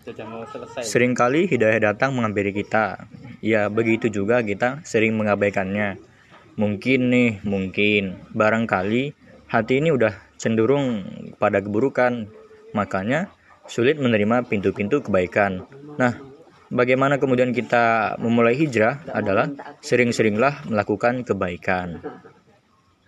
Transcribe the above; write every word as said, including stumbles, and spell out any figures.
sudah mau selesai. Seringkali hidayah datang menghampiri kita. Ya, begitu juga kita sering mengabaikannya. Mungkin nih, mungkin barangkali hati ini udah cenderung pada keburukan, makanya sulit menerima pintu-pintu kebaikan. Nah, bagaimana kemudian kita memulai hijrah adalah sering-seringlah melakukan kebaikan.